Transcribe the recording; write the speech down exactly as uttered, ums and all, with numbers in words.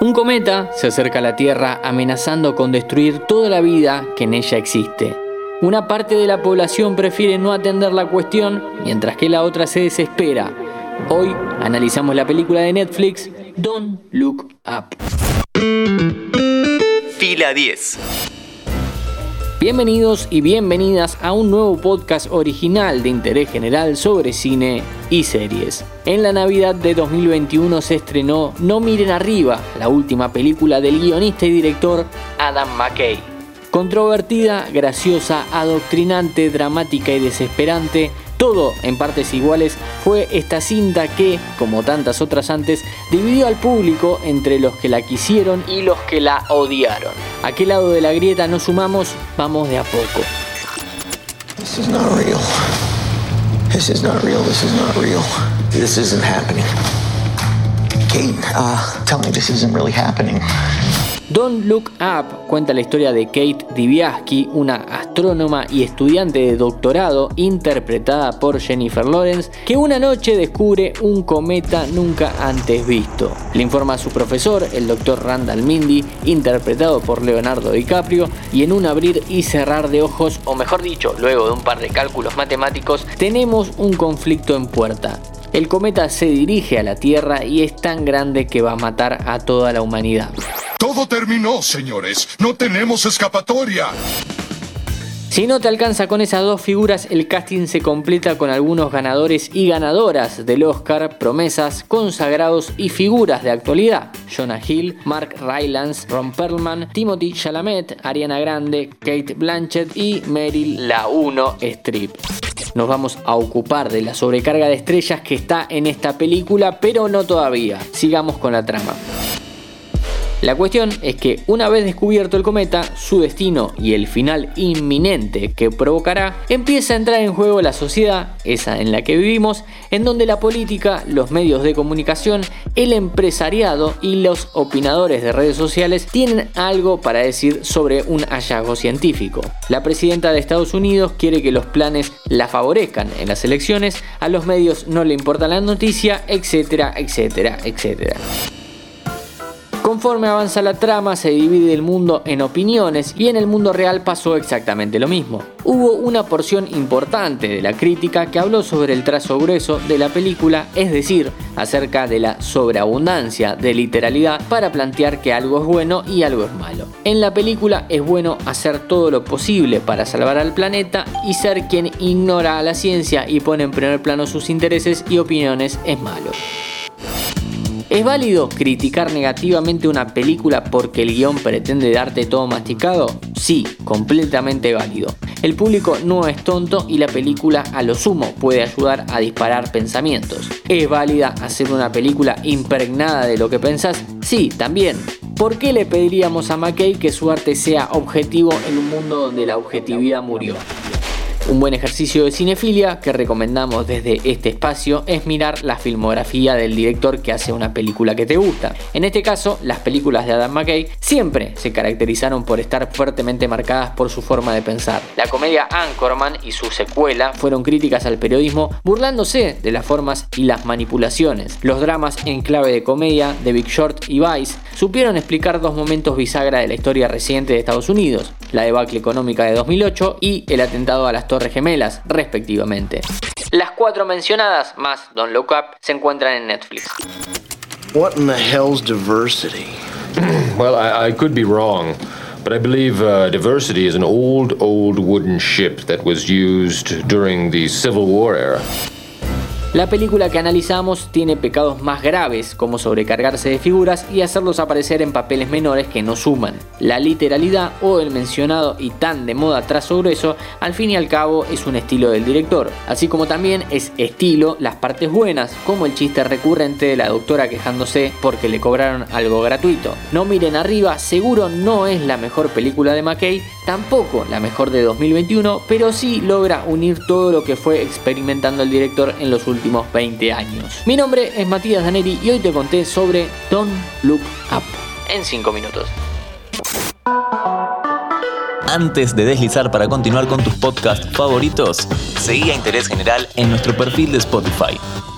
Un cometa se acerca a la Tierra amenazando con destruir toda la vida que en ella existe. Una parte de la población prefiere no atender la cuestión, mientras que la otra se desespera. Hoy analizamos la película de Netflix, Don't Look Up. Fila diez. Bienvenidos y bienvenidas a un nuevo podcast original de interés general sobre cine y series. En la Navidad de dos mil veintiuno se estrenó No miren arriba, la última película del guionista y director Adam McKay. Controvertida, graciosa, adoctrinante, dramática y desesperante, todo en partes iguales, fue esta cinta que, como tantas otras antes, dividió al público entre los que la quisieron y los que la odiaron. ¿A qué lado de la grieta nos sumamos? Vamos de a poco. This is not real. This is not real. This is not real. This isn't happening. Kate, uh, tell me this isn't really happening. Don't Look Up cuenta la historia de Kate Dibiasky, una astrónoma y estudiante de doctorado interpretada por Jennifer Lawrence, que una noche descubre un cometa nunca antes visto. Le informa a su profesor, el doctor Randall Mindy, interpretado por Leonardo DiCaprio, y en un abrir y cerrar de ojos, o mejor dicho, luego de un par de cálculos matemáticos, tenemos un conflicto en puerta. El cometa se dirige a la Tierra y es tan grande que va a matar a toda la humanidad. Todo terminó, señores. No tenemos escapatoria. Si no te alcanza con esas dos figuras, el casting se completa con algunos ganadores y ganadoras del Oscar, promesas, consagrados y figuras de actualidad. Jonah Hill, Mark Rylance, Ron Perlman, Timothée Chalamet, Ariana Grande, Cate Blanchett y Meryl La uno Streep. Nos vamos a ocupar de la sobrecarga de estrellas que está en esta película, pero no todavía. Sigamos con la trama. La cuestión es que una vez descubierto el cometa, su destino y el final inminente que provocará, empieza a entrar en juego la sociedad, esa en la que vivimos, en donde la política, los medios de comunicación, el empresariado y los opinadores de redes sociales tienen algo para decir sobre un hallazgo científico. La presidenta de Estados Unidos quiere que los planes la favorezcan en las elecciones, a los medios no le importa la noticia, etcétera, etcétera, etcétera. Conforme avanza la trama, se divide el mundo en opiniones y en el mundo real pasó exactamente lo mismo. Hubo una porción importante de la crítica que habló sobre el trazo grueso de la película, es decir, acerca de la sobreabundancia de literalidad para plantear que algo es bueno y algo es malo. En la película es bueno hacer todo lo posible para salvar al planeta y ser quien ignora a la ciencia y pone en primer plano sus intereses y opiniones es malo. ¿Es válido criticar negativamente una película porque el guión pretende darte todo masticado? Sí, completamente válido. El público no es tonto y la película a lo sumo puede ayudar a disparar pensamientos. ¿Es válida hacer una película impregnada de lo que pensás? Sí, también. ¿Por qué le pediríamos a McKay que su arte sea objetivo en un mundo donde la objetividad murió? Un buen ejercicio de cinefilia que recomendamos desde este espacio es mirar la filmografía del director que hace una película que te gusta. En este caso, las películas de Adam McKay siempre se caracterizaron por estar fuertemente marcadas por su forma de pensar. La comedia Anchorman y su secuela fueron críticas al periodismo burlándose de las formas y las manipulaciones. Los dramas en clave de comedia de Big Short y Vice supieron explicar dos momentos bisagra de la historia reciente de Estados Unidos, la debacle económica de dos mil ocho y el atentado a las Torres Gemelas, respectivamente. Las cuatro mencionadas, más Don't Look Up, se encuentran en Netflix. What in the hell's diversity? Well, I, I could be wrong, but I believe uh, diversity is an old, old wooden ship that was used during the Civil War era. La película que analizamos tiene pecados más graves, como sobrecargarse de figuras y hacerlos aparecer en papeles menores que no suman. La literalidad o el mencionado y tan de moda trazo grueso, al fin y al cabo es un estilo del director, así como también es estilo las partes buenas, como el chiste recurrente de la doctora quejándose porque le cobraron algo gratuito. No miren arriba, seguro no es la mejor película de McKay, tampoco la mejor de dos mil veintiuno, pero sí logra unir todo lo que fue experimentando el director en los últimos veinte años. Mi nombre es Matías Daneri y hoy te conté sobre Don't Look Up en cinco minutos. Antes de deslizar para continuar con tus podcasts favoritos, seguí a Interés General en nuestro perfil de Spotify.